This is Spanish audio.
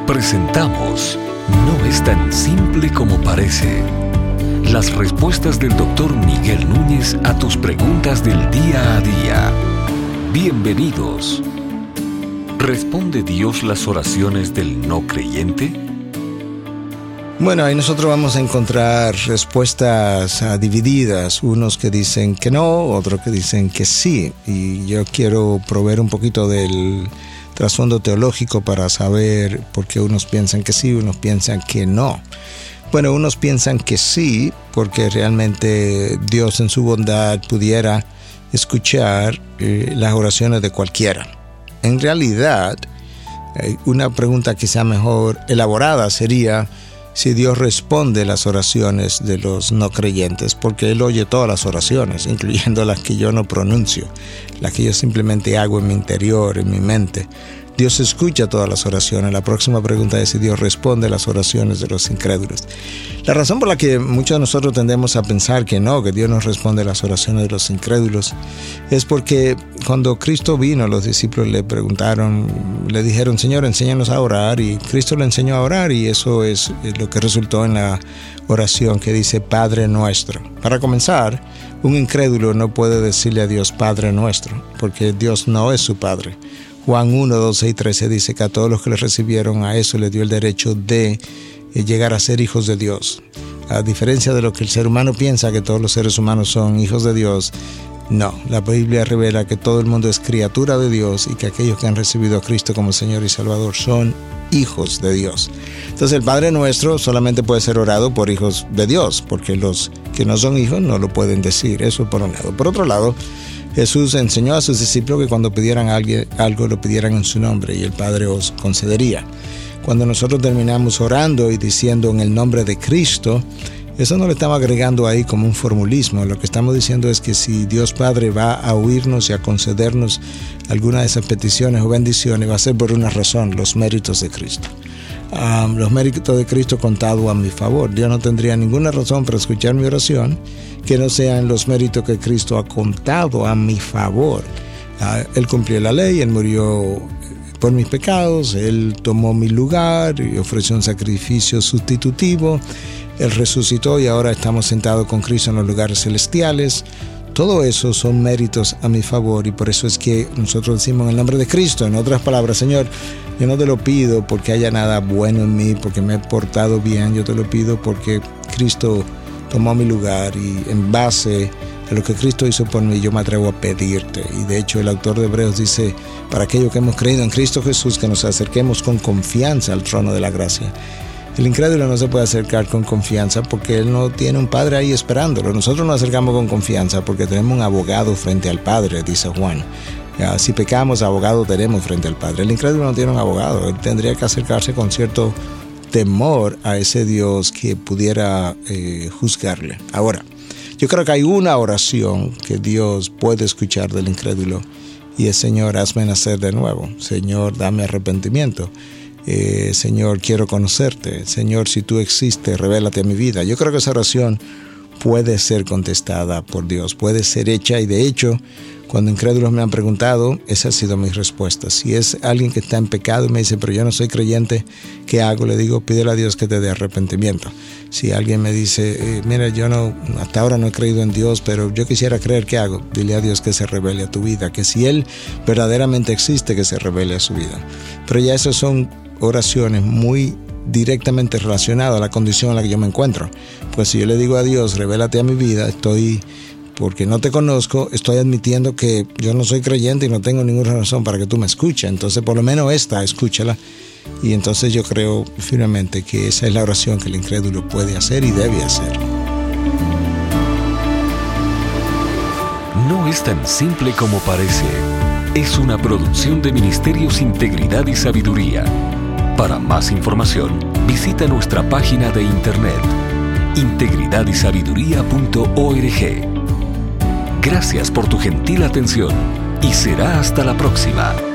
Presentamos No es tan simple como parece. Las respuestas del Dr. Miguel Núñez a tus preguntas del día a día. Bienvenidos. ¿Responde Dios las oraciones del no creyente? Bueno, ahí nosotros vamos a encontrar respuestas divididas, unos que dicen que no, otros que dicen que sí, y yo quiero proveer un poquito del trasfondo teológico para saber por qué unos piensan que sí, unos piensan que no. Bueno, unos piensan que sí, porque realmente Dios en su bondad pudiera escuchar las oraciones de cualquiera. En realidad, una pregunta quizá mejor elaborada sería si Dios responde las oraciones de los no creyentes, porque Él oye todas las oraciones, incluyendo las que yo no pronuncio, las que yo simplemente hago en mi interior, en mi mente. Dios escucha todas las oraciones. La próxima pregunta es si Dios responde las oraciones de los incrédulos. La razón por la que muchos de nosotros tendemos a pensar que no, que Dios no responde las oraciones de los incrédulos, es porque cuando Cristo vino, los discípulos le dijeron, Señor, enséñanos a orar, y Cristo le enseñó a orar, y eso es lo que resultó en la oración que dice Padre Nuestro. Para comenzar, un incrédulo no puede decirle a Dios Padre Nuestro, porque Dios no es su Padre. Juan 1, 12 y 13 dice que a todos los que le recibieron a eso le dio el derecho de llegar a ser hijos de Dios. A diferencia de lo que el ser humano piensa, que todos los seres humanos son hijos de Dios, no. La Biblia revela que todo el mundo es criatura de Dios y que aquellos que han recibido a Cristo como Señor y Salvador son hijos de Dios. Entonces el Padre Nuestro solamente puede ser orado por hijos de Dios, porque los que no son hijos no lo pueden decir. Eso por un lado. Por otro lado, Jesús enseñó a sus discípulos que cuando pidieran a alguien algo, lo pidieran en su nombre y el Padre os concedería. Cuando nosotros terminamos orando y diciendo en el nombre de Cristo, eso no lo estamos agregando ahí como un formulismo. Lo que estamos diciendo es que si Dios Padre va a oírnos y a concedernos alguna de esas peticiones o bendiciones, va a ser por una razón: los méritos de Cristo. Los méritos de Cristo contados a mi favor. Dios no tendría ninguna razón para escuchar mi oración que no sean los méritos que Cristo ha contado a mi favor. Él cumplió la ley, Él murió por mis pecados, Él tomó mi lugar y ofreció un sacrificio sustitutivo, Él resucitó y ahora estamos sentados con Cristo en los lugares celestiales. Todo eso son méritos a mi favor, y por eso es que nosotros decimos en el nombre de Cristo. En otras palabras, Señor, yo no te lo pido porque haya nada bueno en mí, porque me he portado bien. Yo te lo pido porque Cristo tomó mi lugar, y en base a lo que Cristo hizo por mí, yo me atrevo a pedirte. Y de hecho el autor de Hebreos dice, para aquellos que hemos creído en Cristo Jesús, que nos acerquemos con confianza al trono de la gracia. El incrédulo no se puede acercar con confianza porque él no tiene un Padre ahí esperándolo. Nosotros nos acercamos con confianza porque tenemos un abogado frente al Padre, dice Juan. Si pecamos, abogado tenemos frente al Padre. El incrédulo no tiene un abogado. Él tendría que acercarse con cierto temor a ese Dios que pudiera juzgarle. Ahora, yo creo que hay una oración que Dios puede escuchar del incrédulo, y es: Señor, hazme nacer de nuevo. Señor, dame arrepentimiento. Señor, quiero conocerte. Señor, si tú existes, revélate a mi vida. Yo creo que esa oración puede ser contestada por Dios, puede ser hecha, y de hecho, cuando incrédulos me han preguntado, esa ha sido mi respuesta. Si es alguien que está en pecado y me dice, pero yo no soy creyente, ¿qué hago? Le digo, pídele a Dios que te dé arrepentimiento. Si alguien me dice, mira, yo hasta ahora no he creído en Dios, pero yo quisiera creer, ¿qué hago? Dile a Dios que se revele a tu vida, que si Él verdaderamente existe, que se revele a su vida. Pero ya esas son oraciones muy directamente relacionadas a la condición en la que yo me encuentro. Pues si yo le digo a Dios, revélate a mi vida, porque no te conozco, estoy admitiendo que yo no soy creyente y no tengo ninguna razón para que tú me escuches. Entonces, por lo menos escúchala. Y entonces yo creo firmemente que esa es la oración que el incrédulo puede hacer y debe hacer. No es tan simple como parece. Es una producción de Ministerios Integridad y Sabiduría. Para más información, visita nuestra página de internet integridadysabiduría.org. Gracias por tu gentil atención y será hasta la próxima.